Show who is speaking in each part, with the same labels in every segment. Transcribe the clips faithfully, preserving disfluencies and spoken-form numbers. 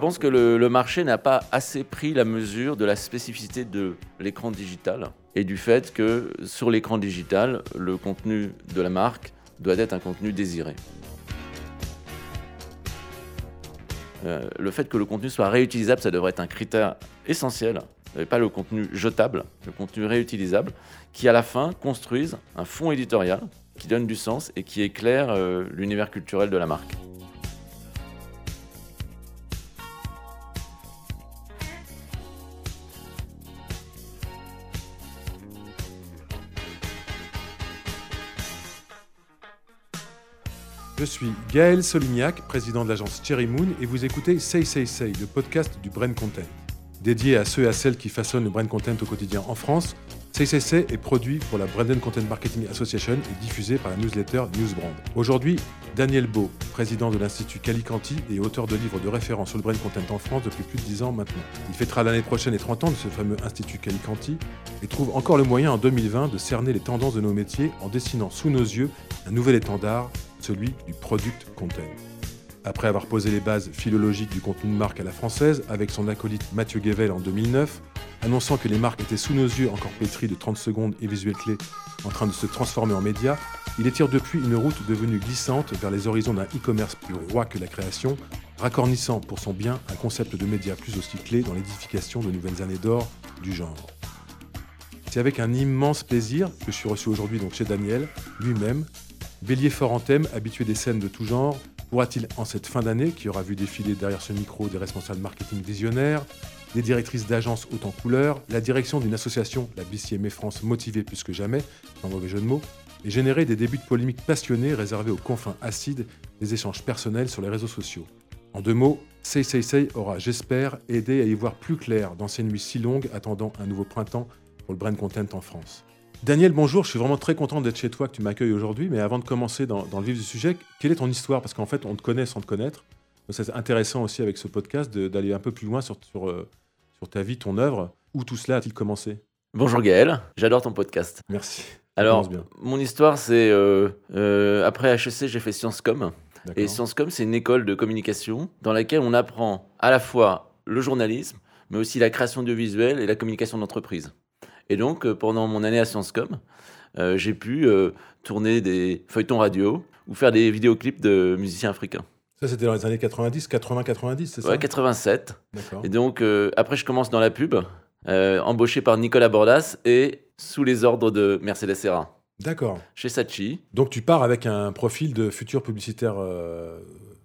Speaker 1: pense que le, le marché n'a pas assez pris la mesure de la spécificité de l'écran digital et du fait que sur l'écran digital, le contenu de la marque doit être un contenu désiré. Euh, le fait que le contenu soit réutilisable, ça devrait être un critère essentiel, et pas le contenu jetable, le contenu réutilisable, qui à la fin construise un fond éditorial qui donne du sens et qui éclaire euh, l'univers culturel de la marque.
Speaker 2: Je suis Gaël Solignac, président de l'agence Cherry Moon, et vous écoutez Say Say Say, le podcast du Brand Content. Dédié à ceux et à celles qui façonnent le brand content au quotidien en France, Say Say Say est produit pour la Branded Content Marketing Association et diffusé par la newsletter Newsbrand. Aujourd'hui, Daniel Beau, président de l'Institut Calicanti et auteur de livres de référence sur le brand content en France depuis plus de dix ans maintenant. Il fêtera l'année prochaine les trente ans de ce fameux Institut Calicanti et trouve encore le moyen en deux mille vingt de cerner les tendances de nos métiers en dessinant sous nos yeux un nouvel étendard, celui du product content. Après avoir posé les bases philologiques du contenu de marque à la française avec son acolyte Mathieu Guével en deux mille neuf, annonçant que les marques étaient sous nos yeux encore pétries de trente secondes et visuels clés en train de se transformer en médias, il étire depuis une route devenue glissante vers les horizons d'un e-commerce plus roi que la création, racornissant pour son bien un concept de médias plus aussi clé dans l'édification de nouvelles années d'or du genre. C'est avec un immense plaisir que je suis reçu aujourd'hui donc chez Daniel, lui-même, bélier fort en thème, habitué des scènes de tout genre. Pourra-t-il, en cette fin d'année, qui aura vu défiler derrière ce micro des responsables marketing visionnaires, des directrices d'agences hautes en couleurs, la direction d'une association, la B C M A France, motivée plus que jamais, sans mauvais jeu de mots, et générer des débuts de polémiques passionnés réservés aux confins acides des échanges personnels sur les réseaux sociaux. En deux mots, Say Say Say aura, j'espère, aidé à y voir plus clair dans ces nuits si longues attendant un nouveau printemps pour le brand content en France. Daniel, bonjour, je suis vraiment très content d'être chez toi, que tu m'accueilles aujourd'hui, mais avant de commencer dans, dans le vif du sujet, quelle est ton histoire ? Parce qu'en fait, on te connaît sans te connaître. Donc, c'est intéressant aussi avec ce podcast de, d'aller un peu plus loin sur, sur, euh, sur ta vie, ton œuvre. Où tout cela a-t-il commencé ?
Speaker 1: Bonjour Gaël, j'adore ton podcast.
Speaker 2: Merci.
Speaker 1: Alors, mon histoire, c'est euh, euh, après H E C, j'ai fait Sciences Com. D'accord. Et Sciences Com, c'est une école de communication dans laquelle on apprend à la fois le journalisme, mais aussi la création audiovisuelle et la communication d'entreprise. Et donc, euh, pendant mon année à Sciences Com, euh, j'ai pu euh, tourner des feuilletons radio ou faire des vidéoclips de musiciens africains.
Speaker 2: Ça, c'était dans les années quatre-vingt-dix, quatre-vingts quatre-vingt-dix, c'est ça ?
Speaker 1: Ouais, quatre-vingt-sept.
Speaker 2: D'accord.
Speaker 1: Et donc, euh, après, je commence dans la pub, euh, embauché par Nicolas Bordas et sous les ordres de Mercedes Serra.
Speaker 2: D'accord.
Speaker 1: Chez Saatchi.
Speaker 2: Donc, tu pars avec un profil de futur publicitaire euh,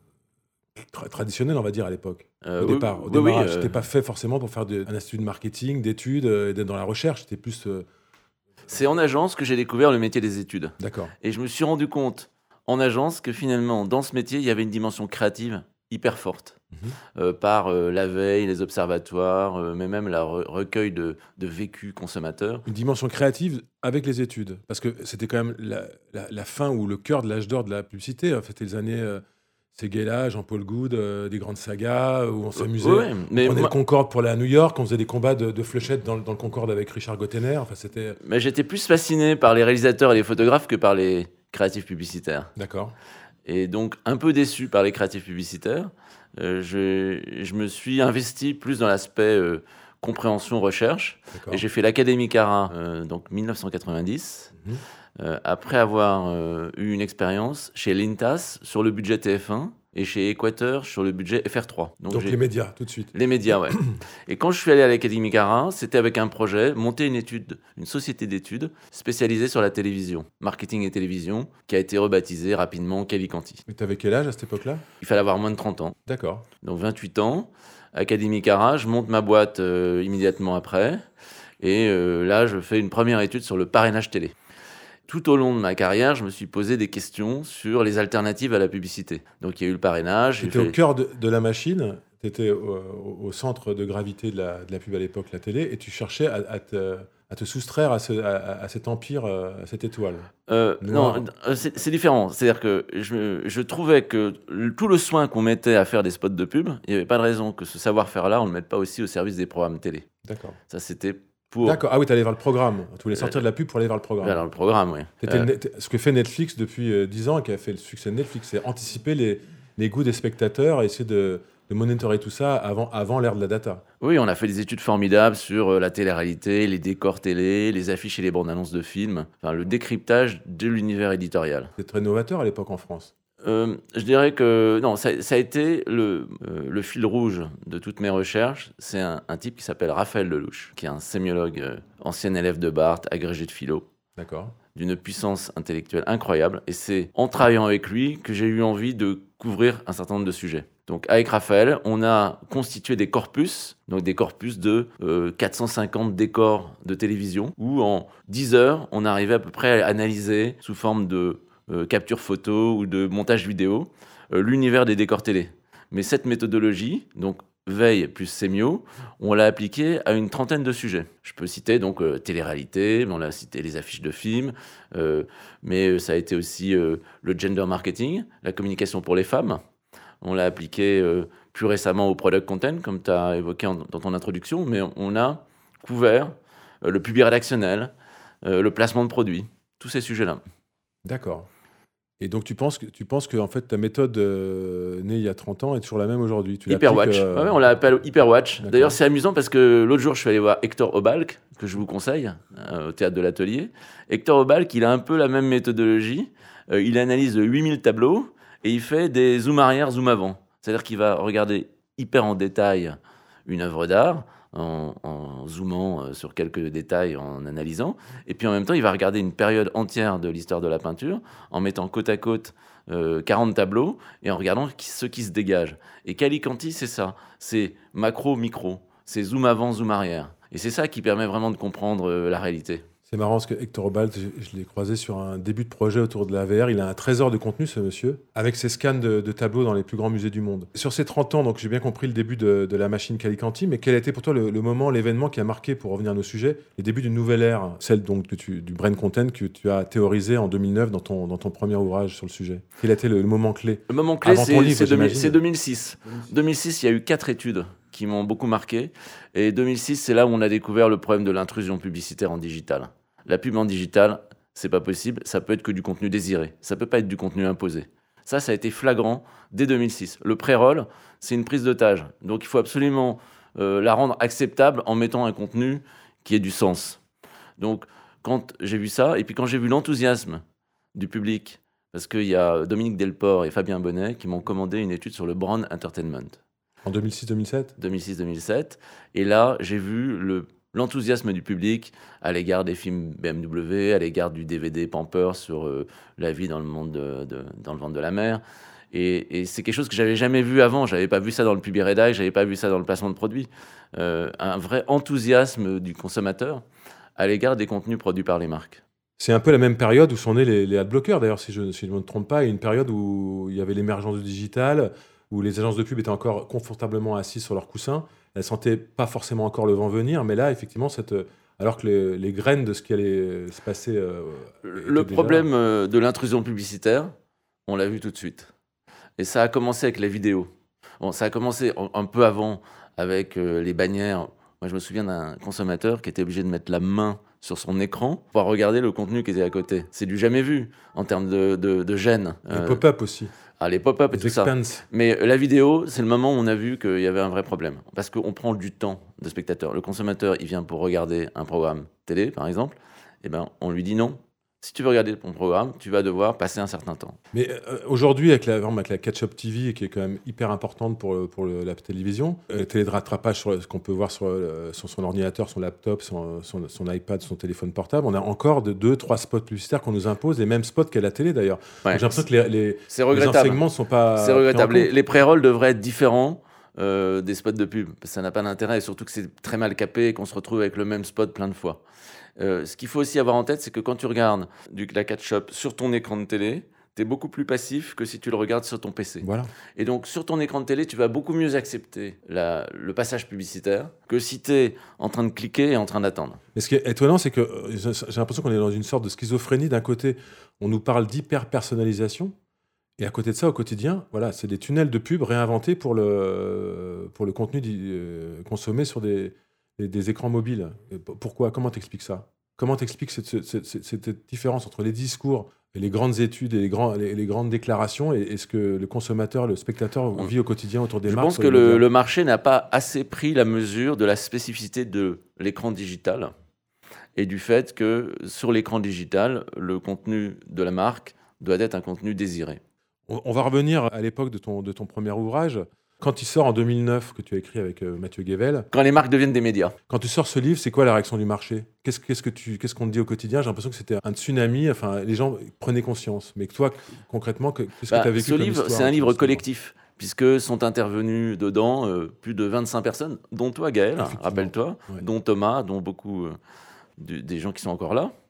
Speaker 2: tra- traditionnel, on va dire, à l'époque.
Speaker 1: Euh,
Speaker 2: au
Speaker 1: oui,
Speaker 2: départ, au
Speaker 1: oui,
Speaker 2: démarrage,
Speaker 1: oui, euh...
Speaker 2: c'était pas fait forcément pour faire de, un institut de marketing, d'études, euh, et d'être dans la recherche. C'était plus. Euh...
Speaker 1: C'est en agence que j'ai découvert le métier des études.
Speaker 2: D'accord.
Speaker 1: Et je me suis rendu compte en agence que finalement, dans ce métier, il y avait une dimension créative hyper forte, mmh. euh, par euh, la veille, les observatoires, euh, mais même le re- recueil de, de vécus consommateurs.
Speaker 2: Une dimension créative avec les études, parce que c'était quand même la, la, la fin ou le cœur de l'âge d'or de la publicité. En fait, c'était les années. Euh... Séguéla, Jean-Paul Goude, euh, des grandes sagas où on s'amusait.
Speaker 1: Ouais, mais
Speaker 2: on prenait
Speaker 1: moi...
Speaker 2: le Concorde pour aller à New York, on faisait des combats de, de fléchettes dans, dans le Concorde avec Richard Gottener. Enfin, c'était...
Speaker 1: Mais j'étais plus fasciné par les réalisateurs et les photographes que par les créatifs publicitaires.
Speaker 2: D'accord.
Speaker 1: Et donc, un peu déçu par les créatifs publicitaires, euh, je, je me suis investi plus dans l'aspect euh, compréhension, recherche. D'accord. Et j'ai fait l'Académie Cara, euh, donc dix-neuf cent quatre-vingt-dix. Mmh. Euh, après avoir euh, eu une expérience chez Lintas sur le budget T F un et chez Équateur sur le budget F R trois.
Speaker 2: Donc, Donc les médias, tout de suite.
Speaker 1: Les médias, ouais. Et quand je suis allé à l'Académie Cara, c'était avec un projet, monter une étude, une société d'études spécialisée sur la télévision, marketing et télévision, qui a été rebaptisée rapidement Calicanti.
Speaker 2: Mais tu avais quel âge à cette époque-là ?
Speaker 1: Il fallait avoir moins de trente ans.
Speaker 2: D'accord.
Speaker 1: Donc vingt-huit ans, Académie Cara, je monte ma boîte euh, immédiatement après. Et euh, là, je fais une première étude sur le parrainage télé. Tout au long de ma carrière, je me suis posé des questions sur les alternatives à la publicité. Donc, il y a eu le parrainage.
Speaker 2: Tu étais fait... au cœur de, de la machine, tu étais au, au centre de gravité de la, de la pub à l'époque, la télé, et tu cherchais à, à, te, à te soustraire à, ce, à, à cet empire, à cette étoile.
Speaker 1: Euh, non, c'est, c'est différent. C'est-à-dire que je, je trouvais que tout le soin qu'on mettait à faire des spots de pub, il n'y avait pas de raison que ce savoir-faire-là, on ne le mette pas aussi au service des programmes télé.
Speaker 2: D'accord.
Speaker 1: Ça, c'était... Pour...
Speaker 2: D'accord, ah oui, tu allais vers le programme. Tu voulais sortir de la pub pour aller vers le programme.
Speaker 1: Vers le programme, oui.
Speaker 2: Euh... Net... Ce que fait Netflix depuis euh, dix ans et qui a fait le succès de Netflix, c'est anticiper les, les goûts des spectateurs et essayer de, de monitorer tout ça avant, avant l'ère de la data.
Speaker 1: Oui, on a fait des études formidables sur euh, la télé-réalité, les décors télé, les affiches et les bandes annonces de films, enfin, le décryptage de l'univers éditorial.
Speaker 2: C'est très novateur à l'époque en France.
Speaker 1: Euh, je dirais que non, ça, ça a été le, euh, le fil rouge de toutes mes recherches. C'est un, un type qui s'appelle Raphaël Lelouch, qui est un sémiologue, euh, ancien élève de Barthes, agrégé de philo.
Speaker 2: D'accord.
Speaker 1: D'une puissance intellectuelle incroyable. Et c'est en travaillant avec lui que j'ai eu envie de couvrir un certain nombre de sujets. Donc avec Raphaël, on a constitué des corpus, donc des corpus de euh, quatre cent cinquante décors de télévision, où en dix heures, on arrivait à peu près à analyser sous forme de euh, capture photo ou de montage vidéo euh, l'univers des décors télé. Mais cette méthodologie, donc Veille plus Sémio, on l'a appliqué à une trentaine de sujets. Je peux citer donc euh, télé-réalité, on l'a cité les affiches de films, euh, mais ça a été aussi euh, le gender marketing, la communication pour les femmes. On l'a appliqué euh, plus récemment au product content, comme tu as évoqué en, dans ton introduction, mais on a couvert euh, le public rédactionnel, euh, le placement de produits, tous ces sujets-là.
Speaker 2: D'accord. Et donc, tu penses que, tu penses que en fait, ta méthode euh, née il y a trente ans est toujours la même aujourd'hui? Tu
Speaker 1: Hyperwatch.
Speaker 2: euh...
Speaker 1: Ouais, on l'appelle Hyperwatch. D'ailleurs, c'est amusant parce que l'autre jour, je suis allé voir Hector Obalk, que je vous conseille, euh, au Théâtre de l'Atelier. Hector Obalk, il a un peu la même méthodologie. Euh, il analyse huit mille tableaux et il fait des zoom arrière, zoom avant. C'est-à-dire qu'il va regarder hyper en détail une œuvre d'art, en, en zoomant sur quelques détails, en analysant. Et puis en même temps, il va regarder une période entière de l'histoire de la peinture, en mettant côte à côte euh, quarante tableaux, et en regardant qui, ce qui se dégage. Et Calicanti, c'est ça. C'est macro, micro. C'est zoom avant, zoom arrière. Et c'est ça qui permet vraiment de comprendre euh, la réalité.
Speaker 2: C'est marrant parce que Hector Obalk, je, je l'ai croisé sur un début de projet autour de la V R. Il a un trésor de contenu, ce monsieur, avec ses scans de, de tableaux dans les plus grands musées du monde. Sur ces trente ans, donc j'ai bien compris le début de, de la machine Calicanti, mais quel a été pour toi le, le moment, l'événement qui a marqué, pour revenir à nos sujets, les débuts d'une nouvelle ère, celle donc que tu, du brain content que tu as théorisé en deux mille neuf dans ton, dans ton premier ouvrage sur le sujet? Quel a été le, le moment clé?
Speaker 1: Le moment clé, c'est, livre, c'est, deux mille, c'est deux mille six. deux mille six, il y a eu quatre études qui m'ont beaucoup marqué. Et deux mille six, c'est là où on a découvert le problème de l'intrusion publicitaire en digital. La pub en digital, c'est pas possible. Ça peut être que du contenu désiré. Ça peut pas être du contenu imposé. Ça, ça a été flagrant dès deux mille six. Le pré-roll, c'est une prise d'otage. Donc, il faut absolument euh, la rendre acceptable en mettant un contenu qui ait du sens. Donc, quand j'ai vu ça, et puis quand j'ai vu l'enthousiasme du public, parce qu'il y a Dominique Delport et Fabien Bonnet qui m'ont commandé une étude sur le brand entertainment.
Speaker 2: En deux mille six deux mille sept
Speaker 1: deux mille six deux mille sept. Et là, j'ai vu le l'enthousiasme du public à l'égard des films B M W, à l'égard du D V D Pampers sur euh, la vie dans le monde de, de, dans le ventre de la mer. Et, et c'est quelque chose que j'avais jamais vu avant. J'avais pas vu ça dans le public rédac, j'avais pas vu ça dans le placement de produits. Euh, un vrai enthousiasme du consommateur à l'égard des contenus produits par les marques.
Speaker 2: C'est un peu la même période où sont nés les, les adblockers, d'ailleurs, si je ne si me trompe pas, et une période où il y avait l'émergence du digital, où les agences de pub étaient encore confortablement assises sur leurs coussins. Elles ne sentaient pas forcément encore le vent venir, mais là, effectivement, cette, alors que les, les graines de ce qui allait se passer... Euh,
Speaker 1: le problème là. de l'intrusion publicitaire, on l'a vu tout de suite. Et ça a commencé avec les vidéos. Bon, ça a commencé un peu avant avec euh, les bannières. Moi, je me souviens d'un consommateur qui était obligé de mettre la main sur son écran pour regarder le contenu qui était à côté. C'est du jamais vu en termes de, de, de gêne.
Speaker 2: Les euh, pop-up aussi.
Speaker 1: Ah, les pop-up et tout expense. Ça. Mais la vidéo, c'est le moment où on a vu qu'il y avait un vrai problème. Parce qu'on prend du temps de spectateur. Le consommateur, il vient pour regarder un programme télé, par exemple. Eh ben, on lui dit non. Si tu veux regarder ton programme, tu vas devoir passer un certain temps.
Speaker 2: Mais euh, aujourd'hui, avec la, avec la Catch-up T V, qui est quand même hyper importante pour, pour le, la télévision, la télé de rattrapage sur ce qu'on peut voir sur, euh, sur son ordinateur, son laptop, son, son, son iPad, son téléphone portable, on a encore de deux, trois spots publicitaires qu'on nous impose, les mêmes spots qu'à la télé d'ailleurs.
Speaker 1: Ouais,
Speaker 2: j'ai l'impression que les, les,
Speaker 1: les
Speaker 2: enseignements ne sont pas...
Speaker 1: C'est regrettable. Les, les pré-rolls devraient être différents euh, des spots de pub. Ça n'a pas d'intérêt, et surtout que c'est très mal capé et qu'on se retrouve avec le même spot plein de fois. Euh, ce qu'il faut aussi avoir en tête, c'est que quand tu regardes du, la catch-up sur ton écran de télé, tu es beaucoup plus passif que si tu le regardes sur ton P C.
Speaker 2: Voilà.
Speaker 1: Et donc, sur ton écran de télé, tu vas beaucoup mieux accepter la, le passage publicitaire que si tu es en train de cliquer et en train d'attendre.
Speaker 2: Mais ce qui est étonnant, c'est que euh, j'ai l'impression qu'on est dans une sorte de schizophrénie. D'un côté, on nous parle d'hyper-personnalisation, et à côté de ça, au quotidien, voilà, c'est des tunnels de pub réinventés pour le, pour le contenu euh, consommé sur des... des écrans mobiles. Pourquoi? Comment t'expliques ça? Comment t'expliques cette, cette, cette, cette différence entre les discours les grandes études et les, grands, les, les grandes déclarations et, et ce que le consommateur, le spectateur vit au quotidien autour des
Speaker 1: Je
Speaker 2: marques.
Speaker 1: Je pense que le, le marché n'a pas assez pris la mesure de la spécificité de l'écran digital et du fait que sur l'écran digital, le contenu de la marque doit être un contenu désiré.
Speaker 2: On, on va revenir à l'époque de ton, de ton premier ouvrage. Quand il sort en deux mille neuf, que tu as écrit avec euh, Mathieu Guével.
Speaker 1: Quand les marques deviennent des médias.
Speaker 2: Quand tu sors ce livre, c'est quoi la réaction du marché ? Qu'est-ce, qu'est-ce, que tu, qu'est-ce qu'on te dit au quotidien ? J'ai l'impression que c'était un tsunami. Enfin, les gens prenaient conscience. Mais toi, concrètement, qu'est-ce
Speaker 1: bah,
Speaker 2: que tu as vécu
Speaker 1: ce
Speaker 2: comme
Speaker 1: livre,
Speaker 2: histoire,
Speaker 1: c'est un livre collectif, puisque sont intervenus dedans euh, plus de vingt-cinq personnes, dont toi, Gaël, rappelle-toi, ouais. dont Thomas, dont beaucoup euh, de, des gens qui sont encore là.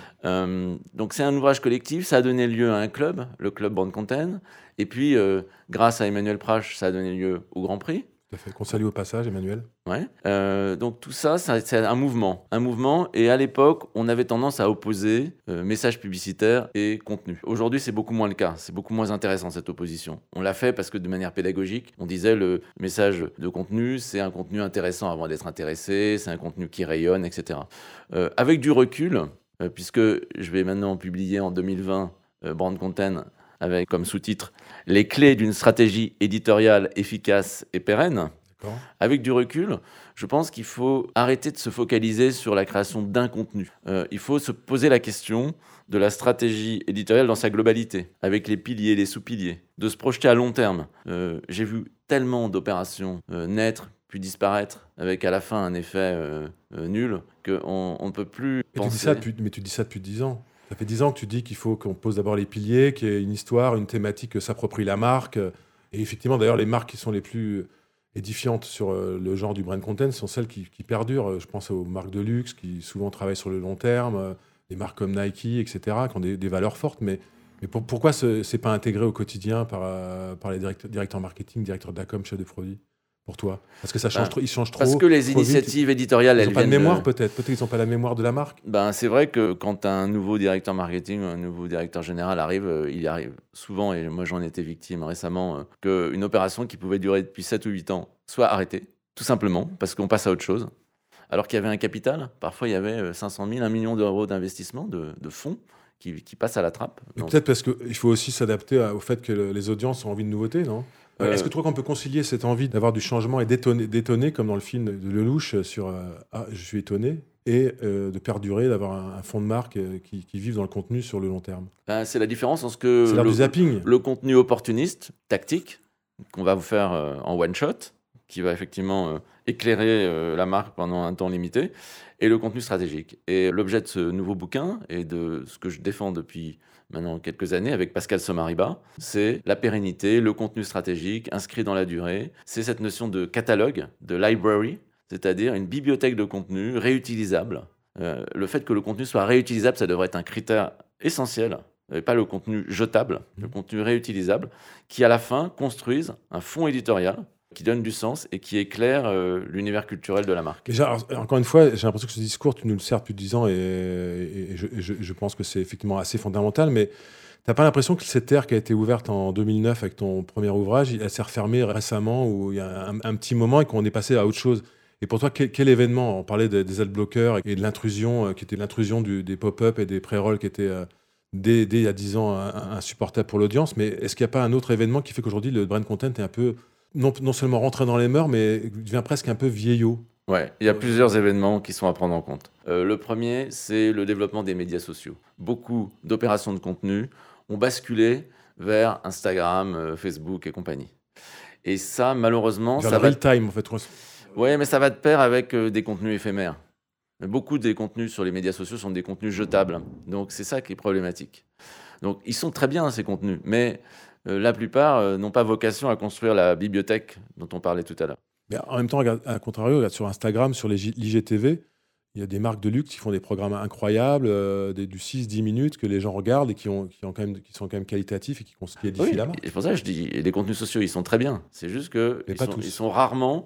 Speaker 1: Euh, donc c'est un ouvrage collectif, ça a donné lieu à un club, le club Brand Content, et puis euh, grâce à Emmanuel Prache, ça a donné lieu au Grand Prix.
Speaker 2: Tout à fait. Qu'on salue au passage, Emmanuel.
Speaker 1: Ouais. Euh, donc tout ça, ça, c'est un mouvement, un mouvement. Et à l'époque, on avait tendance à opposer euh, message publicitaire et contenu. Aujourd'hui, c'est beaucoup moins le cas. C'est beaucoup moins intéressant cette opposition. On l'a fait parce que de manière pédagogique, on disait le message de contenu, c'est un contenu intéressant avant d'être intéressé, c'est un contenu qui rayonne, et cetera. Euh, avec du recul. Euh, puisque je vais maintenant publier en deux mille vingt euh, Brand Content avec comme sous-titre « Les clés d'une stratégie éditoriale efficace et pérenne ». Avec du recul, je pense qu'il faut arrêter de se focaliser sur la création d'un contenu. Euh, il faut se poser la question de la stratégie éditoriale dans sa globalité, avec les piliers, les sous-piliers, de se projeter à long terme. Euh, j'ai vu tellement d'opérations euh, naître, puis disparaître, avec à la fin un effet euh, euh, nul, qu'on ne peut plus
Speaker 2: mais
Speaker 1: penser...
Speaker 2: Tu dis ça depuis, mais tu dis ça depuis dix ans. Ça fait dix ans que tu dis qu'il faut qu'on pose d'abord les piliers, qu'il y ait une histoire, une thématique que s'approprie la marque. Et effectivement, d'ailleurs, les marques qui sont les plus édifiantes sur le genre du brand content sont celles qui, qui perdurent. Je pense aux marques de luxe qui souvent travaillent sur le long terme, des marques comme Nike, et cetera, qui ont des, des valeurs fortes. Mais, mais pour, pourquoi ce n'est pas intégré au quotidien par, par les directeurs, directeurs marketing, directeurs de la com, chefs de produit pour toi ? Parce que ça change ben, trop, ils changent trop.
Speaker 1: Parce que les initiatives vite. éditoriales,
Speaker 2: ils
Speaker 1: elles
Speaker 2: n'ont pas de mémoire
Speaker 1: de...
Speaker 2: peut-être. Peut-être qu'ils n'ont pas la mémoire de la marque.
Speaker 1: Ben, c'est vrai que quand un nouveau directeur marketing, un nouveau directeur général arrive, euh, il arrive souvent, et moi j'en étais victime récemment, euh, qu'une opération qui pouvait durer depuis sept ou huit ans soit arrêtée, tout simplement, parce qu'on passe à autre chose. Alors qu'il y avait un capital, parfois il y avait cinq cent mille, un million d'euros d'investissement, de, de fonds, qui, qui passent à la trappe.
Speaker 2: Peut-être parce qu'il faut aussi s'adapter au fait que le, les audiences ont envie de nouveautés, non ? Euh, Est-ce que tu crois qu'on peut concilier cette envie d'avoir du changement et d'étonner, d'étonner comme dans le film de Lelouch sur euh, « Ah, je suis étonné » et euh, de perdurer, d'avoir un, un fond de marque euh, qui, qui vive dans le contenu sur le long terme ?
Speaker 1: Ben, c'est la différence en ce que
Speaker 2: c'est l'heure du zapping.
Speaker 1: Le contenu opportuniste, tactique, qu'on va vous faire euh, en one-shot, qui va effectivement euh, éclairer euh, la marque pendant un temps limité, et le contenu stratégique. Et l'objet de ce nouveau bouquin, et de ce que je défends depuis maintenant quelques années avec Pascal Somariba, c'est la pérennité, le contenu stratégique inscrit dans la durée. C'est cette notion de catalogue, de library, c'est-à-dire une bibliothèque de contenu réutilisable. Euh, le fait que le contenu soit réutilisable, ça devrait être un critère essentiel, et pas le contenu jetable, le contenu réutilisable, qui à la fin construise un fond éditorial qui donne du sens et qui éclaire euh, l'univers culturel de la marque.
Speaker 2: Déjà, alors, encore une fois, j'ai l'impression que ce discours, tu nous le sers depuis dix ans et, et, et, je, et je, je pense que c'est effectivement assez fondamental, mais tu n'as pas l'impression que cette ère qui a été ouverte en deux mille neuf avec ton premier ouvrage, elle s'est refermée récemment où il y a un, un petit moment et qu'on est passé à autre chose. Et pour toi, quel, quel événement ? On parlait de, des adblockers et de l'intrusion, euh, qui était l'intrusion du, des pop-up et des pré-rolls qui étaient euh, dès, dès il y a dix ans insupportables pour l'audience. Mais est-ce qu'il n'y a pas un autre événement qui fait qu'aujourd'hui, le brand content est un peu... Non, non seulement rentrer dans les mœurs, mais devient presque un peu vieillot.
Speaker 1: Ouais, il y a plusieurs événements qui sont à prendre en compte. Euh, le premier, c'est le développement des médias sociaux. Beaucoup d'opérations de contenu ont basculé vers Instagram, euh, Facebook et compagnie. Et ça, malheureusement...
Speaker 2: Vers
Speaker 1: ça
Speaker 2: le
Speaker 1: va...
Speaker 2: real time, en fait.
Speaker 1: Oui, mais ça va de pair avec euh, des contenus éphémères. Beaucoup des contenus sur les médias sociaux sont des contenus jetables. Donc, c'est ça qui est problématique. Donc, ils sont très bien, ces contenus, mais... Euh, la plupart euh, n'ont pas vocation à construire la bibliothèque dont on parlait tout à l'heure.
Speaker 2: Mais en même temps, regarde, à contrario, regarde sur Instagram, sur les l'I G T V, il y a des marques de luxe qui font des programmes incroyables, euh, des, du six dix minutes que les gens regardent et qui, ont, qui, ont quand même, qui sont quand même qualitatifs et qui, qui édifient
Speaker 1: oui,
Speaker 2: la marque.
Speaker 1: C'est pour ça que je dis, les contenus sociaux, ils sont très bien. C'est juste qu'ils sont, ils sont rarement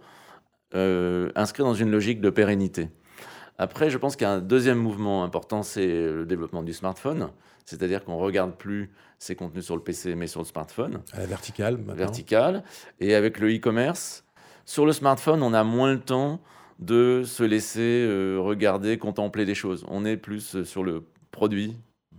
Speaker 1: euh, inscrits dans une logique de pérennité. Après, je pense qu'il y a un deuxième mouvement important, c'est le développement du smartphone. C'est-à-dire qu'on ne regarde plus ces contenus sur le P C, mais sur le smartphone.
Speaker 2: À la verticale, maintenant.
Speaker 1: Verticale. Et avec le e-commerce, sur le smartphone, on a moins le temps de se laisser euh, regarder, contempler des choses. On est plus sur le produit,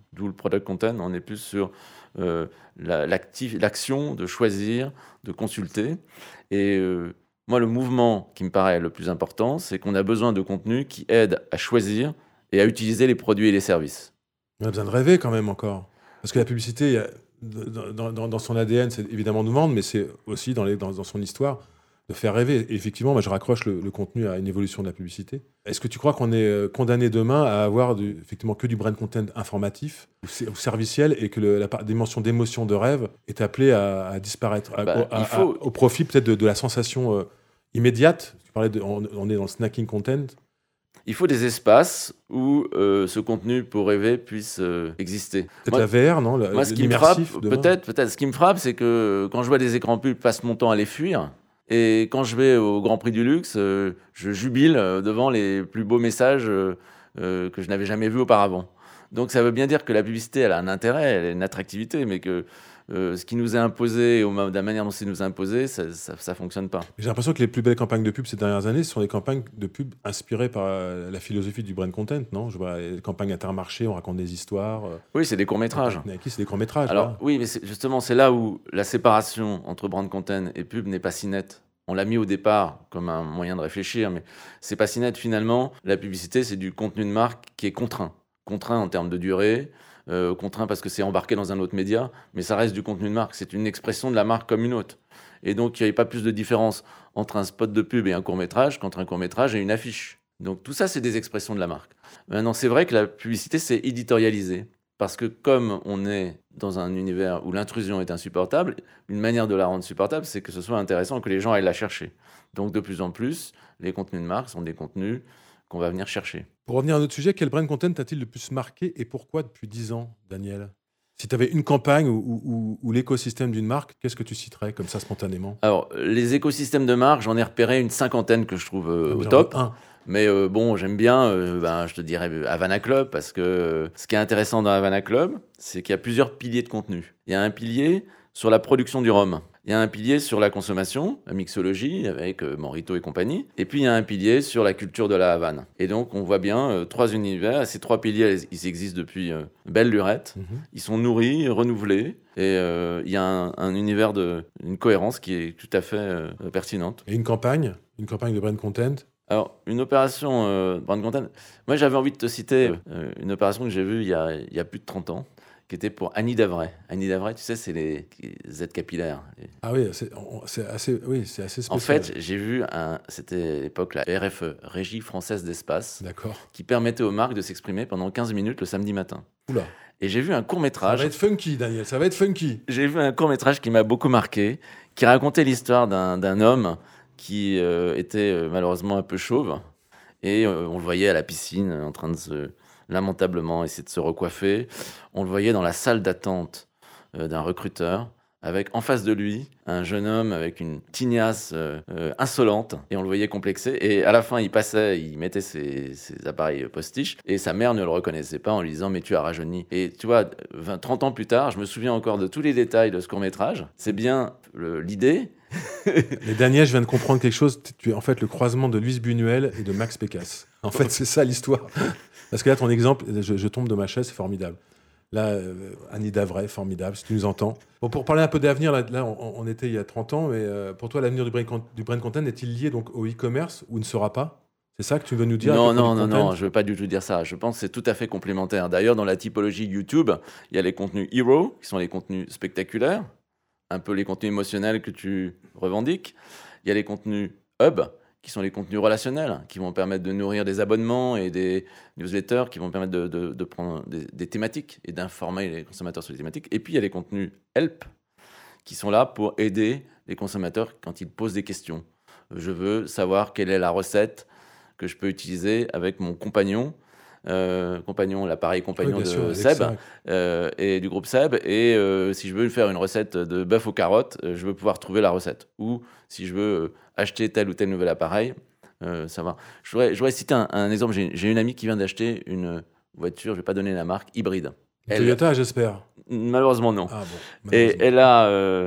Speaker 1: d'où le product content. On est plus sur euh, la, l'action de choisir, de consulter. Et euh, moi, le mouvement qui me paraît le plus important, c'est qu'on a besoin de contenu qui aide à choisir et à utiliser les produits et les services.
Speaker 2: On a besoin de rêver quand même encore. Parce que la publicité, y a, dans, dans, dans son A D N, c'est évidemment de vendre, mais c'est aussi dans, les, dans, dans son histoire de faire rêver. Et effectivement, moi, je raccroche le, le contenu à une évolution de la publicité. Est-ce que tu crois qu'on est condamné demain à avoir du, effectivement que du brand content informatif ou, ou serviciel et que le, la dimension d'émotion, de rêve est appelée à, à disparaître à,
Speaker 1: bah,
Speaker 2: à,
Speaker 1: il faut...
Speaker 2: à, au profit peut-être de, de la sensation euh, immédiate? Tu parlais de, on, on est dans le snacking content.
Speaker 1: Il faut des espaces où euh, ce contenu pour rêver puisse euh, exister.
Speaker 2: Peut-être moi, la V R, non? La,
Speaker 1: moi, ce qui me frappe, peut-être, peut-être, ce qui me frappe, c'est que quand je vois des écrans pubs, je passe mon temps à les fuir. Et quand je vais au Grand Prix du Luxe, euh, je jubile euh, devant les plus beaux messages euh, euh, que je n'avais jamais vus auparavant. Donc ça veut bien dire que la publicité, elle a un intérêt, elle a une attractivité, mais que euh, ce qui nous est imposé, ou de la manière dont c'est nous imposé, ça ne fonctionne pas.
Speaker 2: J'ai l'impression que les plus belles campagnes de pub ces dernières années, ce sont des campagnes de pub inspirées par la philosophie du brand content, non? Je vois les campagnes Intermarché, on raconte des histoires.
Speaker 1: Oui, c'est des courts-métrages.
Speaker 2: Nike, c'est des courts-métrages.
Speaker 1: Alors
Speaker 2: là.
Speaker 1: oui, mais c'est, justement, c'est là où la séparation entre brand content et pub n'est pas si nette. On l'a mis au départ comme un moyen de réfléchir, mais c'est pas si net finalement. La publicité, c'est du contenu de marque qui est contraint. Contraint en termes de durée, euh, contraint parce que c'est embarqué dans un autre média, mais ça reste du contenu de marque. C'est une expression de la marque comme une autre. Et donc, il n'y avait pas plus de différence entre un spot de pub et un court-métrage qu'entre un court-métrage et une affiche. Donc, tout ça, c'est des expressions de la marque. Maintenant, c'est vrai que la publicité, c'est éditorialisé. Parce que comme on est dans un univers où l'intrusion est insupportable, une manière de la rendre supportable, c'est que ce soit intéressant, que les gens aillent la chercher. Donc de plus en plus, les contenus de marque sont des contenus qu'on va venir chercher.
Speaker 2: Pour revenir à notre sujet, quel brand content t'a-t-il le plus marqué et pourquoi depuis dix ans, Daniel? Si tu avais une campagne ou, ou, ou l'écosystème d'une marque, qu'est-ce que tu citerais comme ça spontanément?
Speaker 1: Alors, les écosystèmes de marque, j'en ai repéré une cinquantaine que je trouve euh, au top. Un. Mais euh, bon, j'aime bien, euh, ben, je te dirais Havana Club, parce que euh, ce qui est intéressant dans Havana Club, c'est qu'il y a plusieurs piliers de contenu. Il y a un pilier sur la production du rhum. Il y a un pilier sur la consommation, la mixologie avec euh, Morito et compagnie. Et puis il y a un pilier sur la culture de la Havane. Et donc on voit bien euh, trois univers. Ces trois piliers, ils existent depuis euh, belle lurette. Mm-hmm. Ils sont nourris, renouvelés. Et euh, il y a un, un univers de, une cohérence qui est tout à fait euh, pertinente.
Speaker 2: Et une campagne, une campagne de brand content?
Speaker 1: Alors, une opération euh, brand content, moi j'avais envie de te citer euh, une opération que j'ai vue il y a, il y a plus de trente ans, qui était pour Annie Davray. Annie Davray, tu sais, c'est les, les Z capillaires. Les...
Speaker 2: Ah oui, c'est, c'est, assez, oui, c'est assez spécial.
Speaker 1: En fait, j'ai vu, un, c'était à l'époque la R F E, Régie Française d'Espace,
Speaker 2: D'accord.
Speaker 1: qui permettait aux marques de s'exprimer pendant quinze minutes le samedi matin.
Speaker 2: Oula.
Speaker 1: Et j'ai vu un court-métrage...
Speaker 2: Ça va être funky, Daniel, ça va être funky.
Speaker 1: J'ai vu un court-métrage qui m'a beaucoup marqué, qui racontait l'histoire d'un, d'un homme qui euh, était euh, malheureusement un peu chauve. Et euh, on le voyait à la piscine, en train de se, lamentablement, essayer de se recoiffer. On le voyait dans la salle d'attente euh, d'un recruteur, avec en face de lui un jeune homme avec une tignasse euh, euh, insolente. Et on le voyait complexé. Et à la fin, il passait, il mettait ses, ses appareils postiches. Et sa mère ne le reconnaissait pas en lui disant « Mais tu as rajeuni ». Et tu vois, vingt, trente ans plus tard, je me souviens encore de tous les détails de ce court-métrage. C'est bien le, l'idée...
Speaker 2: Mais Daniel, je viens de comprendre quelque chose. Tu es en fait le croisement de Luis Buñuel et de Max Pécasse. En fait, c'est ça l'histoire. Parce que là, ton exemple, je, je tombe de ma chaise, c'est formidable. Là, euh, Annie Davray, formidable, si tu nous entends. Bon, pour parler un peu d'avenir, là, là on, on était il y a trente ans, mais euh, pour toi, l'avenir du brand, du brand content est-il lié donc au e-commerce ou ne sera pas? C'est ça que tu veux nous dire?
Speaker 1: Non, non, non, non, je ne veux pas du tout dire ça. Je pense que c'est tout à fait complémentaire. D'ailleurs, dans la typologie YouTube, il y a les contenus hero, qui sont les contenus spectaculaires, un peu les contenus émotionnels que tu revendiques. Il y a les contenus hub, qui sont les contenus relationnels, qui vont permettre de nourrir des abonnements et des newsletters, qui vont permettre de, de, de prendre des, des thématiques et d'informer les consommateurs sur les thématiques. Et puis, il y a les contenus help, qui sont là pour aider les consommateurs quand ils posent des questions. Je veux savoir quelle est la recette que je peux utiliser avec mon compagnon, Euh, compagnon, l'appareil compagnon oui, de sûr, Seb euh, et du groupe Seb. Et euh, si je veux faire une recette de bœuf aux carottes, euh, je veux pouvoir trouver la recette. Ou si je veux euh, acheter tel ou tel nouvel appareil, euh, ça va. Je voudrais, je voudrais citer un, un exemple. J'ai, j'ai une amie qui vient d'acheter une voiture, je ne vais pas donner la marque, hybride.
Speaker 2: Elle, Toyota, j'espère.
Speaker 1: Malheureusement, non.
Speaker 2: Ah bon,
Speaker 1: malheureusement. Et elle a, euh,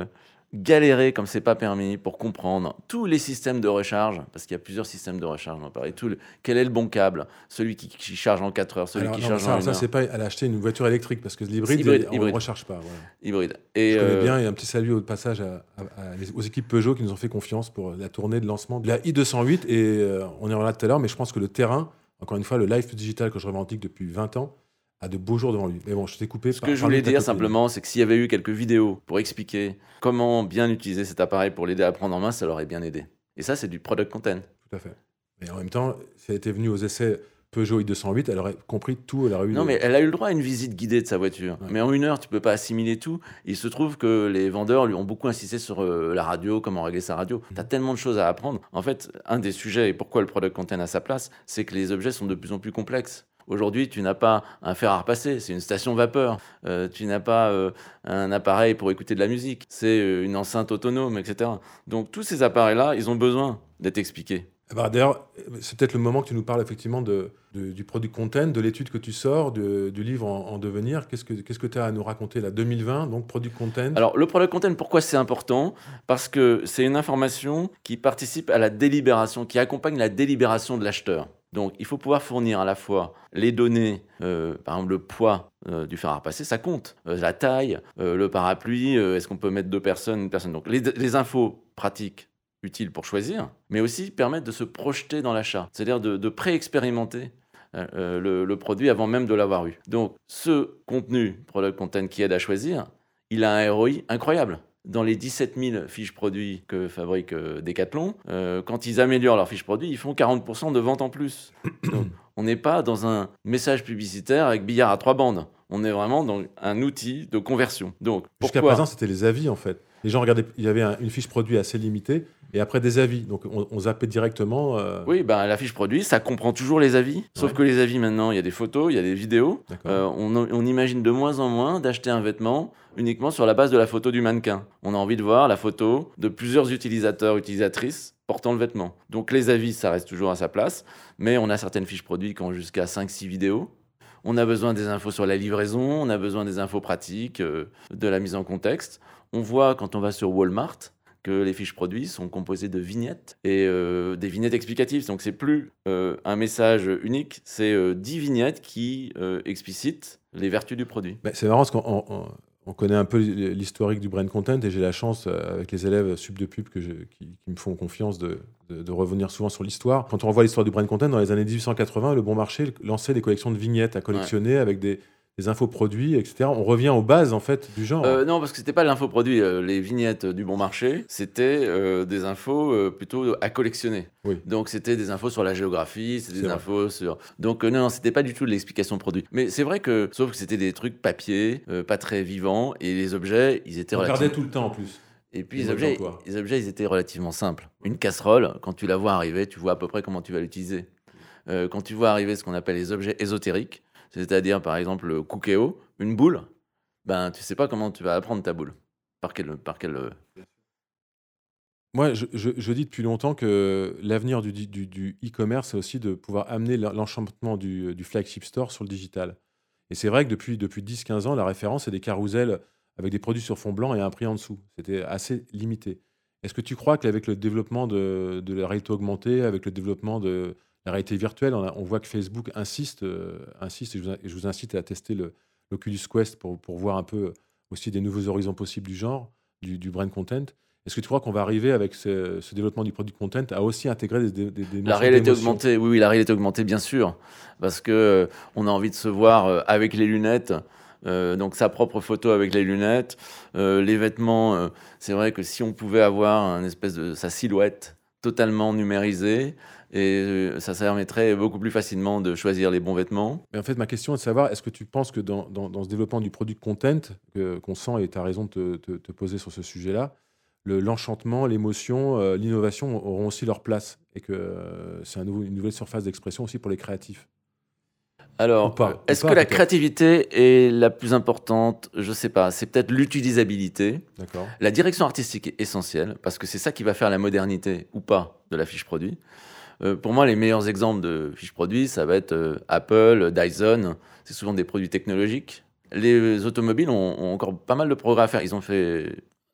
Speaker 1: galérer comme c'est pas permis pour comprendre tous les systèmes de recharge, parce qu'il y a plusieurs systèmes de recharge, on parlait tout le, quel est le bon câble, celui qui, qui charge en quatre heures, celui
Speaker 2: Alors,
Speaker 1: qui
Speaker 2: non,
Speaker 1: charge
Speaker 2: ça,
Speaker 1: en une
Speaker 2: ça
Speaker 1: heure.
Speaker 2: c'est pas aller acheter une voiture électrique, parce que l'hybride,
Speaker 1: hybride,
Speaker 2: on
Speaker 1: hybride.
Speaker 2: ne recharge pas. Voilà.
Speaker 1: Hybride. Et
Speaker 2: Je connais
Speaker 1: euh,
Speaker 2: bien, et un petit salut au passage à, à, à, aux équipes Peugeot qui nous ont fait confiance pour la tournée de lancement de la i deux cent huit, et euh, on y reviendra tout à l'heure, mais je pense que le terrain, encore une fois, le Life Digital que je revendique depuis vingt ans, a de beaux jours devant lui. Mais bon, je t'ai coupé.
Speaker 1: Ce que je voulais dire simplement, c'est que s'il y avait eu quelques vidéos pour expliquer comment bien utiliser cet appareil pour l'aider à prendre en main, ça l'aurait bien aidé. Et ça, c'est du product content.
Speaker 2: Tout à fait. Mais en même temps, si elle était venue aux essais Peugeot i deux cent huit, elle aurait compris tout. Elle aurait eu
Speaker 1: non,
Speaker 2: des...
Speaker 1: mais elle a eu le droit à une visite guidée de sa voiture. Ouais. Mais en une heure, tu peux pas assimiler tout. Il se trouve que les vendeurs lui ont beaucoup insisté sur euh, la radio, comment régler sa radio. Mmh. Tu as tellement de choses à apprendre. En fait, un des sujets, et pourquoi le product content a sa place, c'est que les objets sont de plus en plus complexes. Aujourd'hui, tu n'as pas un fer à repasser, c'est une station vapeur. Euh, tu n'as pas euh, un appareil pour écouter de la musique, c'est euh, une enceinte autonome, et cetera. Donc tous ces appareils-là, ils ont besoin d'être expliqués.
Speaker 2: Bah, d'ailleurs, c'est peut-être le moment que tu nous parles effectivement de, de, du product content, de l'étude que tu sors, de, du livre en, en devenir. Qu'est-ce que qu'est-ce que tu as à nous raconter là, deux mille vingt, donc product content.
Speaker 1: Alors, le product content, pourquoi c'est important ? Parce que c'est une information qui participe à la délibération, qui accompagne la délibération de l'acheteur. Donc, il faut pouvoir fournir à la fois les données, euh, par exemple le poids euh, du fer à repasser, ça compte, euh, la taille, euh, le parapluie, euh, est-ce qu'on peut mettre deux personnes, une personne. Donc, les, les infos pratiques utiles pour choisir, mais aussi permettre de se projeter dans l'achat, c'est-à-dire de, de pré-expérimenter euh, le, le produit avant même de l'avoir eu. Donc, ce contenu, product content qui aide à choisir, il a un R O I incroyable. Dans les dix-sept mille fiches produits que fabrique euh, Decathlon, euh, quand ils améliorent leurs fiches produits, ils font quarante pour cent de ventes en plus. Donc, on n'est pas dans un message publicitaire avec billard à trois bandes. On est vraiment dans un outil de conversion. Donc,
Speaker 2: jusqu'à présent, c'était les avis en fait. Les gens regardaient, il y avait un, une fiche produit assez limitée et après des avis. Donc on, on zappait directement. Euh...
Speaker 1: Oui, ben, la fiche produit, ça comprend toujours les avis. Sauf ouais. que les avis maintenant, il y a des photos, il y a des vidéos. Euh, on, on imagine de moins en moins d'acheter un vêtement uniquement sur la base de la photo du mannequin. On a envie de voir la photo de plusieurs utilisateurs, utilisatrices portant le vêtement. Donc les avis, ça reste toujours à sa place, mais on a certaines fiches produits qui ont jusqu'à cinq six vidéos. On a besoin des infos sur la livraison, on a besoin des infos pratiques, euh, de la mise en contexte. On voit quand on va sur Walmart que les fiches produits sont composées de vignettes et euh, des vignettes explicatives. Donc c'est plus euh, un message unique, c'est euh, dix vignettes qui euh, explicitent les vertus du produit.
Speaker 2: Ben, c'est marrant parce qu'on on, on connaît un peu l'historique du brand content et j'ai la chance avec les élèves sub de pub que je, qui, qui me font confiance de, de, de revenir souvent sur l'histoire. Quand on revoit l'histoire du brand content, dans les années dix-huit cent quatre-vingts, le Bon Marché lançait des collections de vignettes à collectionner ouais. avec des des infoproduits, et cetera. On revient aux bases, en fait, du genre.
Speaker 1: Euh, non, parce que c'était pas l'infoproduit. Euh, les vignettes du Bon Marché, c'était euh, des infos euh, plutôt à collectionner.
Speaker 2: Oui.
Speaker 1: Donc, c'était des infos sur la géographie, c'était
Speaker 2: c'est
Speaker 1: des
Speaker 2: vrai.
Speaker 1: infos sur... Donc, euh, non, non, c'était pas du tout de l'explication de produit. Mais c'est vrai que, sauf que c'était des trucs papier, euh, pas très vivants, et les objets, ils étaient
Speaker 2: On
Speaker 1: relativement...
Speaker 2: regardait tout le temps, en plus.
Speaker 1: Et puis, les objets, les objets, ils étaient relativement simples. Une casserole, quand tu la vois arriver, tu vois à peu près comment tu vas l'utiliser. Euh, quand tu vois arriver ce qu'on appelle les objets ésotériques, c'est-à-dire, par exemple, le Cookéo, une boule, ben, tu sais pas comment tu vas apprendre ta boule. Par quel... Par quel...
Speaker 2: Moi, je, je, je dis depuis longtemps que l'avenir du, du, du e-commerce, c'est aussi de pouvoir amener l'enchantement du, du flagship store sur le digital. Et c'est vrai que depuis, depuis dix quinze ans, la référence, c'est des carousels avec des produits sur fond blanc et un prix en dessous. C'était assez limité. Est-ce que tu crois qu'avec le développement de, de la réalité augmentée, avec le développement de la réalité virtuelle, on, a, on voit que Facebook insiste, euh, insiste et je vous, je vous incite à tester le, l'Oculus Quest pour, pour voir un peu aussi des nouveaux horizons possibles du genre, du, du brand content. Est-ce que tu crois qu'on va arriver avec ce, ce développement du product content à aussi intégrer des, des, des
Speaker 1: la réalité augmentée, oui, oui, la réalité augmentée, bien sûr, parce que euh, on a envie de se voir euh, avec les lunettes. Euh, donc sa propre photo avec les lunettes, euh, les vêtements. Euh, c'est vrai que si on pouvait avoir un espèce de sa silhouette totalement numérisée, et ça, ça permettrait beaucoup plus facilement de choisir les bons vêtements.
Speaker 2: Mais en fait, ma question est de savoir, est-ce que tu penses que dans, dans, dans ce développement du product content, que, qu'on sent, et tu as raison de te, te, te poser sur ce sujet-là, le, l'enchantement, l'émotion, euh, l'innovation auront aussi leur place, et que euh, c'est un nouveau, une nouvelle surface d'expression aussi pour les créatifs?
Speaker 1: Alors, pas, est-ce pas, que la peut-être. créativité est la plus importante? Je ne sais pas. C'est peut-être l'utilisabilité.
Speaker 2: D'accord.
Speaker 1: La direction artistique est essentielle, parce que c'est ça qui va faire la modernité ou pas de la fiche produit. Euh, pour moi, les meilleurs exemples de fiches produits, ça va être euh, Apple, Dyson. C'est souvent des produits technologiques. Les automobiles ont, ont encore pas mal de progrès à faire. Ils ont fait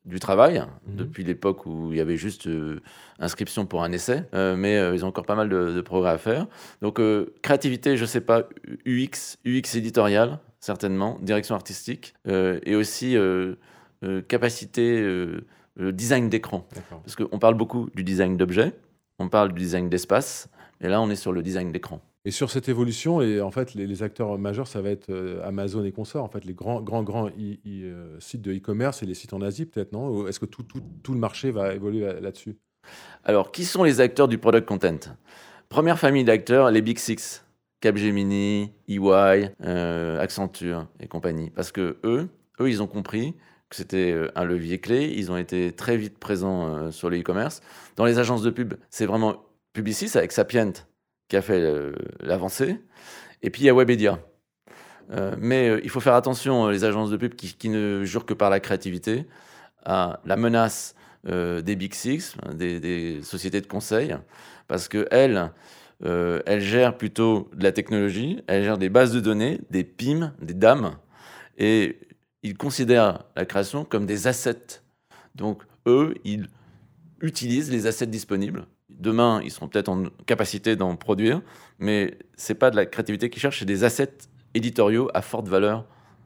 Speaker 1: du travail,
Speaker 2: Mhm.
Speaker 1: depuis l'époque où il y avait juste euh, inscription pour un essai, euh, mais euh, ils ont encore pas mal de, de progrès à faire. Donc, euh, créativité, je sais pas, U X, U X éditorial, certainement, direction artistique, euh, et aussi euh, euh, capacité euh, euh, design d'écran.
Speaker 2: D'accord.
Speaker 1: Parce qu'on parle beaucoup du design d'objets, on parle du design d'espace, et là, on est sur le design d'écran.
Speaker 2: Et sur cette évolution, et en fait, les, les acteurs majeurs, ça va être euh, Amazon et consorts, en fait, les grands, grands, grands i- i- euh, sites de e-commerce et les sites en Asie, peut-être, non? Ou est-ce que tout, tout, tout le marché va évoluer là- là-dessus?
Speaker 1: Alors, qui sont les acteurs du product content? Première famille d'acteurs, les Big Six. Capgemini, E Y, euh, Accenture et compagnie. Parce que eux, eux, ils ont compris que c'était euh, un levier clé. Ils ont été très vite présents euh, sur le e-commerce. Dans les agences de pub, c'est vraiment Publicis avec Sapient qui a fait euh, l'avancée. Et puis il y a Webedia. Euh, mais euh, il faut faire attention, euh, les agences de pub qui, qui ne jurent que par la créativité, à la menace euh, des Big Six, des, des sociétés de conseil, parce qu'elles, euh, elles gèrent plutôt de la technologie, elles gèrent des bases de données, des P I M, des D A M, et ils considèrent la création comme des assets. Donc, eux, ils utilisent les assets disponibles. Demain, ils seront peut-être en capacité d'en produire, mais ce n'est pas de la créativité qu'ils cherchent, c'est des assets éditoriaux à forte valeur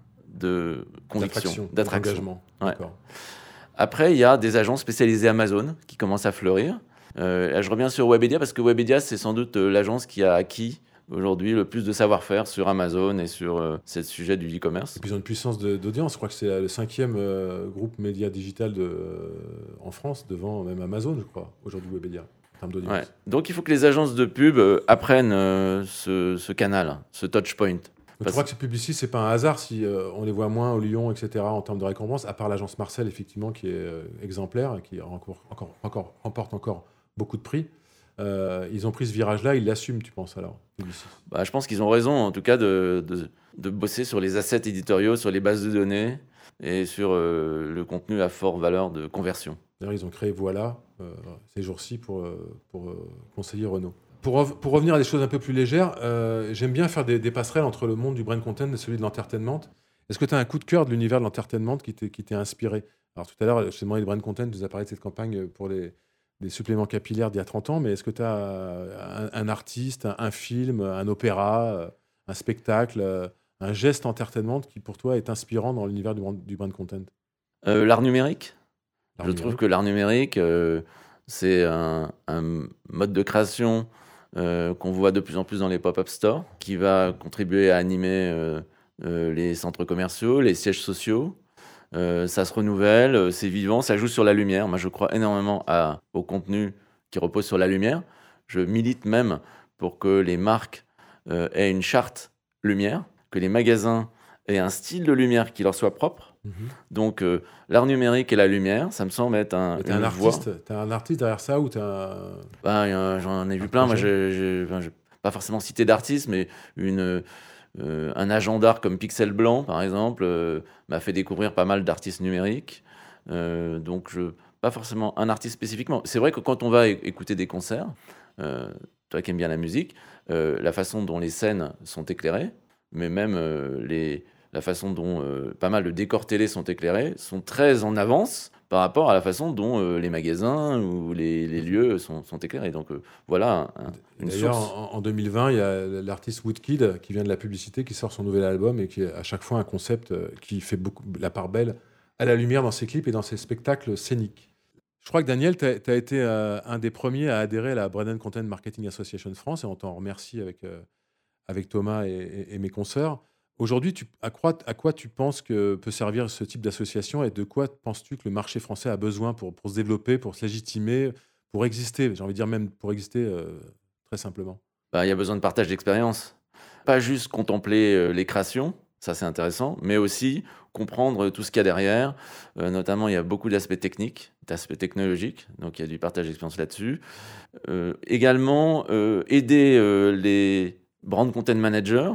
Speaker 1: de conviction,
Speaker 2: d'attraction,
Speaker 1: d'attraction.
Speaker 2: d'engagement.
Speaker 1: Ouais.
Speaker 2: D'accord.
Speaker 1: Après, il y a des agences spécialisées Amazon qui commencent à fleurir. Euh, là, je reviens sur Webedia parce que Webedia, c'est sans doute euh, l'agence qui a acquis aujourd'hui le plus de savoir-faire sur Amazon et sur euh, ce sujet du e-commerce.
Speaker 2: Et puis ils ont une puissance de- d'audience. Je crois que c'est le cinquième euh, groupe média digital de, euh, en France, devant même Amazon, je crois, aujourd'hui Webedia, en termes d'audience.
Speaker 1: Ouais. Donc, il faut que les agences de pub euh, apprennent euh, ce, ce canal, ce touchpoint.
Speaker 2: Mais tu crois que ces Publicis, c'est pas un hasard si euh, on les voit moins au Lyon, et cetera, en termes de récompense, à part l'agence Marcel, effectivement, qui est euh, exemplaire et qui encore, encore, encore, remporte encore beaucoup de prix. Euh, ils ont pris ce virage-là, ils l'assument, tu penses, alors, Publicis?
Speaker 1: Bah, je pense qu'ils ont raison, en tout cas, de, de, de bosser sur les assets éditoriaux, sur les bases de données et sur euh, le contenu à forte valeur de conversion.
Speaker 2: D'ailleurs, ils ont créé Voilà euh, ces jours-ci pour, euh, pour euh, conseiller Renault. Pour, rev- pour revenir à des choses un peu plus légères, euh, j'aime bien faire des, des passerelles entre le monde du brand content et celui de l'entertainment. Est-ce que tu as un coup de cœur de l'univers de l'entertainment qui t'est qui t'est inspiré? Alors tout à l'heure, je t'ai demandé de brand content, tu nous as parlé de cette campagne pour les, les suppléments capillaires d'il y a trente ans, mais est-ce que tu as un, un artiste, un, un film, un opéra, euh, un spectacle, euh, un geste entertainment qui pour toi est inspirant dans l'univers du brand, du brand content?
Speaker 1: Euh, l'art numérique.
Speaker 2: L'art
Speaker 1: Je
Speaker 2: numérique.
Speaker 1: trouve que l'art numérique, euh, c'est un, un mode de création euh, qu'on voit de plus en plus dans les pop-up stores, qui va contribuer à animer euh, euh, les centres commerciaux, les sièges sociaux. Euh, ça se renouvelle, euh, c'est vivant, ça joue sur la lumière. Moi, je crois énormément à, au contenu qui repose sur la lumière. Je milite même pour que les marques euh, aient une charte lumière, que les magasins aient un style de lumière qui leur soit propre.
Speaker 2: Mhm.
Speaker 1: Donc, euh, l'art numérique et la lumière, ça me semble être un,
Speaker 2: Et T'es un
Speaker 1: une voie.
Speaker 2: artiste, t'as un artiste derrière ça ou t'as un...
Speaker 1: Bah, y a- j'en ai vu plein. Moi,
Speaker 2: projet.
Speaker 1: j'ai, j'ai- enfin, j'ai pas forcément cité d'artistes, mais une, euh, un agent d'art comme Pixel Blanc, par exemple, euh, m'a fait découvrir pas mal d'artistes numériques. Euh, donc, je, pas forcément un artiste spécifiquement. C'est vrai que quand on va é- écouter des concerts, euh, toi qui aimes bien la musique, euh, la façon dont les scènes sont éclairées, mais même euh, les, la façon dont euh, pas mal de décors télé sont éclairés, sont très en avance par rapport à la façon dont euh, les magasins ou les, les lieux sont, sont éclairés. Donc euh, voilà un- une
Speaker 2: D'ailleurs,
Speaker 1: source.
Speaker 2: en, en deux mille vingt, il y a l'artiste Woodkid qui vient de la publicité, qui sort son nouvel album et qui est à chaque fois un concept euh, qui fait beaucoup la part belle à la lumière dans ses clips et dans ses spectacles scéniques. Je crois que Daniel, tu as été euh, un des premiers à adhérer à la Branded Content Marketing Association de France et on t'en remercie avec, euh, avec Thomas et, et- et mes consoeurs. Aujourd'hui, tu- à, quoi, à quoi tu penses que peut servir ce type d'association et de quoi penses-tu que le marché français a besoin pour, pour se développer, pour se légitimer, pour exister? J'ai envie de dire même pour exister euh, très simplement.
Speaker 1: Bah, il y a besoin de partage d'expérience. Pas juste contempler euh, les créations, ça c'est intéressant, mais aussi comprendre tout ce qu'il y a derrière. Euh, notamment, il y a beaucoup d'aspects techniques, d'aspects technologiques, donc il y a du partage d'expérience là-dessus. Euh, également, euh, aider euh, les brand content managers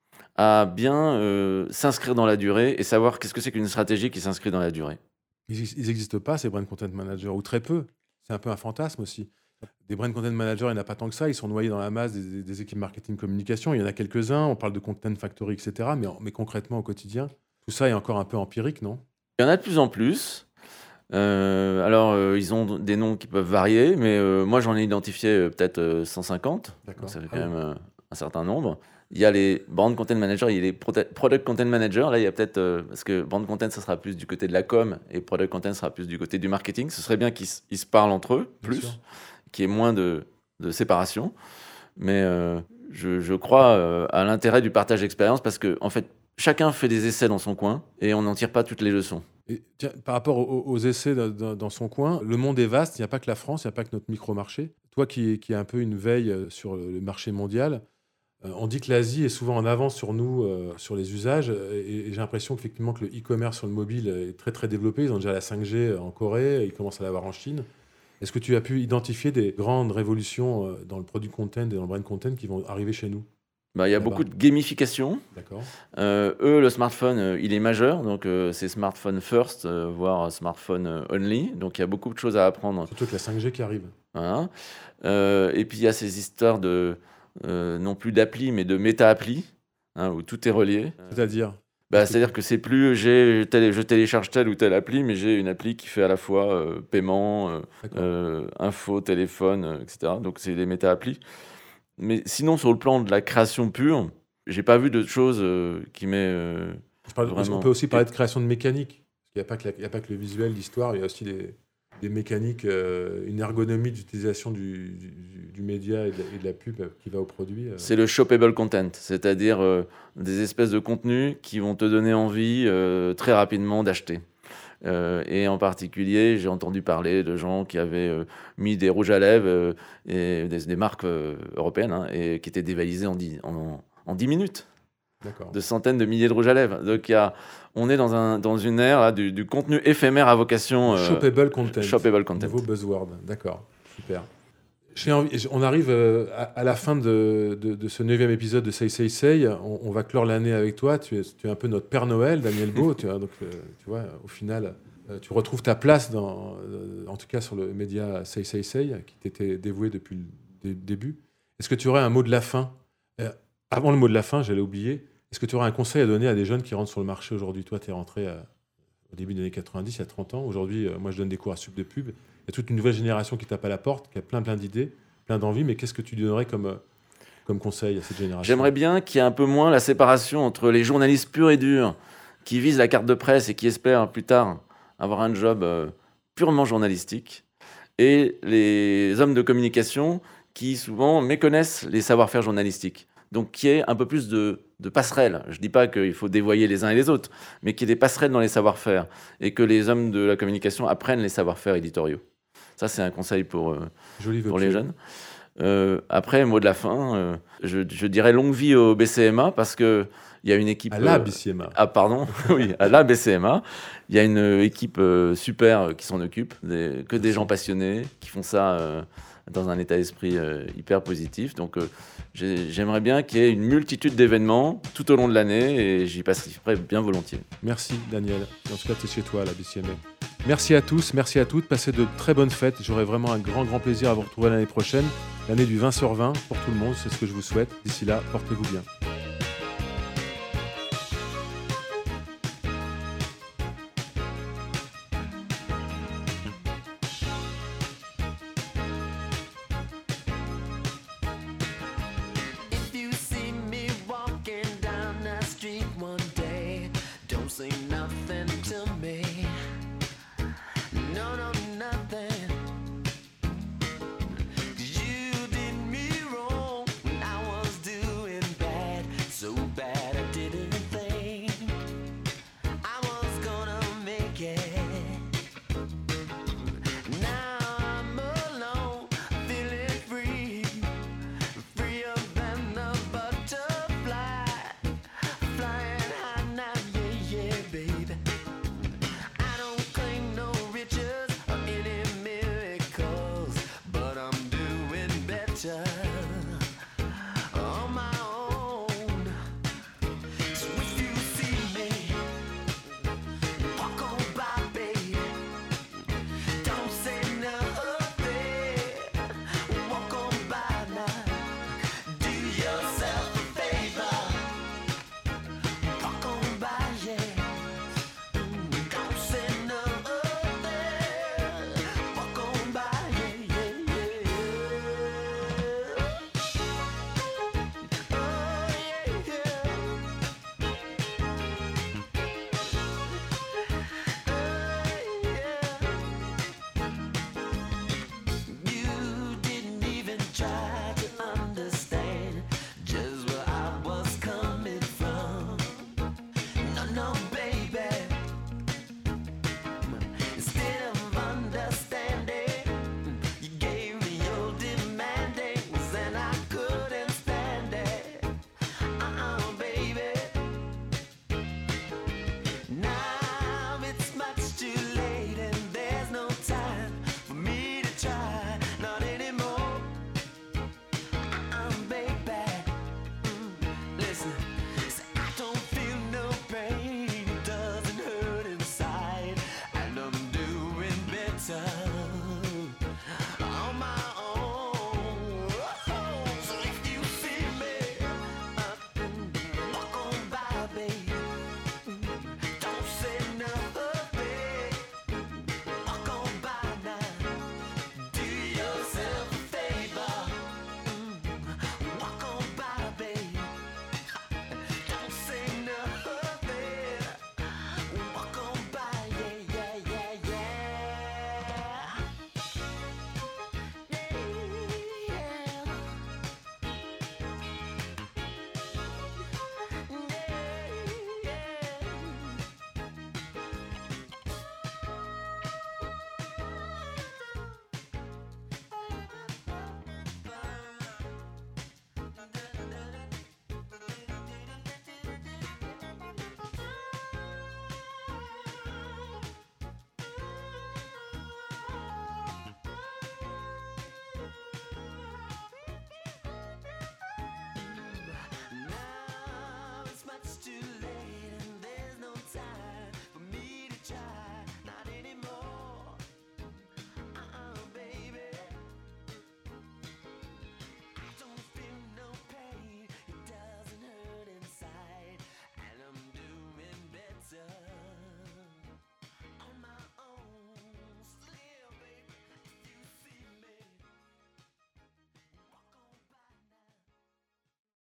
Speaker 1: à bien euh, s'inscrire dans la durée et savoir qu'est-ce que c'est qu'une stratégie qui s'inscrit dans la durée.
Speaker 2: Ils n'existent pas, ces brand content managers, ou très peu. C'est un peu un fantasme aussi. Des brand content managers, il n'y en a pas tant que ça. Ils sont noyés dans la masse des, des- des équipes marketing communication. Il y en a quelques-uns. On parle de content factory, et cetera. Mais, mais concrètement, au quotidien, tout ça est encore un peu empirique, non?
Speaker 1: Il y en a de plus en plus. Euh, alors, euh, ils ont des noms qui peuvent varier, mais euh, moi, j'en ai identifié euh, peut-être euh, cent cinquante. Donc ça fait quand ah, même euh, un certain nombre. Il y a les brand content managers, il y a les product content managers. Là, il y a peut-être... Euh, parce que brand content, ça sera plus du côté de la com, et product content sera plus du côté du marketing. Ce serait bien qu'ils ils se parlent entre eux, plus, qu'il y ait moins de, de séparation. Mais euh, je, je crois euh, à l'intérêt du partage d'expérience, parce que, en fait, chacun fait des essais dans son coin, et on n'en tire pas toutes les leçons.
Speaker 2: Et, tiens, par rapport aux, aux essais dans, dans, dans son coin, le monde est vaste, il n'y a pas que la France, il n'y a pas que notre micro-marché. Toi qui, qui as un peu une veille sur le marché mondial, euh, on dit que l'Asie est souvent en avance sur nous, euh, sur les usages, et, et j'ai l'impression qu'effectivement que le e-commerce sur le mobile est très très développé. Ils ont déjà la cinq G en Corée, ils commencent à l'avoir en Chine. Est-ce que tu as pu identifier des grandes révolutions dans le product content et dans le brand content qui vont arriver chez nous ?
Speaker 1: Bah, il y a beaucoup de gamification.
Speaker 2: D'accord.
Speaker 1: Euh, eux, le smartphone, euh, il est majeur. Donc, euh, c'est smartphone first, euh, voire smartphone euh, only. Donc, il y a beaucoup de choses à apprendre.
Speaker 2: Surtout avec la cinq G qui arrive.
Speaker 1: Voilà. Euh, et puis, il y a ces histoires de, euh, non plus d'appli, mais de méta-appli, hein, où tout est relié.
Speaker 2: C'est-à-dire
Speaker 1: bah, C'est-à-dire que c'est plus j'ai télé, je télécharge telle ou telle appli, mais j'ai une appli qui fait à la fois euh, paiement, euh, euh, info, téléphone, euh, et cetera. Donc, c'est des méta-applis. Mais sinon, sur le plan de la création pure, j'ai pas vu de choses euh, qui m'aient euh,
Speaker 2: parle,
Speaker 1: vraiment...
Speaker 2: On peut aussi parler de création de mécanique. Il n'y a pas que la, il y a pas que le visuel, l'histoire, il y a aussi des, des mécaniques, euh, une ergonomie d'utilisation du, du, du média et de, la, et de la pub qui va au produit. Euh.
Speaker 1: C'est le shoppable content, c'est-à-dire euh, des espèces de contenus qui vont te donner envie euh, très rapidement d'acheter. Euh, et en particulier, j'ai entendu parler de gens qui avaient euh, mis des rouges à lèvres euh, et des, des marques euh, européennes hein, et qui étaient dévalisés en dix, en, en dix minutes.
Speaker 2: D'accord.
Speaker 1: De centaines de milliers de rouges à lèvres. Donc, y a, on est dans, un, dans une ère là, du, du contenu éphémère à vocation...
Speaker 2: Euh, shoppable content.
Speaker 1: Shoppable content.
Speaker 2: Nouveau buzzword. D'accord, super. Envie, on arrive à, à la fin de, de, de ce neuvième épisode de Say Say Say. On, on va clore l'année avec toi. Tu es, tu es un peu notre Père Noël, Daniel Beau. tu, vois, donc, euh, tu vois, au final, euh, tu retrouves ta place, dans, euh, en tout cas sur le média Say Say Say, qui t'était dévoué depuis le début. Est-ce que tu aurais un mot de la fin euh, Avant le mot de la fin, j'allais oublier. Est-ce que tu aurais un conseil à donner à des jeunes qui rentrent sur le marché aujourd'hui ? Toi, tu es rentré à, au début des années quatre-vingt-dix, il y a trente ans. Aujourd'hui, euh, moi, je donne des cours à Sup de Pub. Il y a toute une nouvelle génération qui tape à la porte, qui a plein, plein d'idées, plein d'envies. Mais qu'est-ce que tu donnerais comme, comme conseil à cette génération ?
Speaker 1: J'aimerais bien qu'il y ait un peu moins la séparation entre les journalistes purs et durs qui visent la carte de presse et qui espèrent plus tard avoir un job euh, purement journalistique et les hommes de communication qui souvent méconnaissent les savoir-faire journalistiques. Donc, qu'il y ait un peu plus de, de passerelles. Je ne dis pas qu'il faut dévoyer les uns et les autres, mais qu'il y ait des passerelles dans les savoir-faire et que les hommes de la communication apprennent les savoir-faire éditoriaux. Ça, c'est un conseil pour, euh, pour les jeunes. Euh, après, mot de la fin, euh, je, je dirais longue vie au B C M A parce qu'il y a une équipe...
Speaker 2: À la B C M A.
Speaker 1: Euh, ah, pardon. Oui, à la B C M A. Il y a une équipe euh, super qui s'en occupe, des, que des gens passionnés qui font ça euh, dans un état d'esprit euh, hyper positif. Donc, euh, j'ai, j'aimerais bien qu'il y ait une multitude d'événements tout au long de l'année et j'y participerai bien volontiers.
Speaker 2: Merci, Daniel. En tout cas, tu es chez toi, à la B C M A. Merci à tous, merci à toutes. Passez de très bonnes fêtes. J'aurai vraiment un grand, grand plaisir à vous retrouver l'année prochaine. L'année du vingt sur vingt pour tout le monde, c'est ce que je vous souhaite. D'ici là, portez-vous bien.
Speaker 3: Say nothing to me. No, no.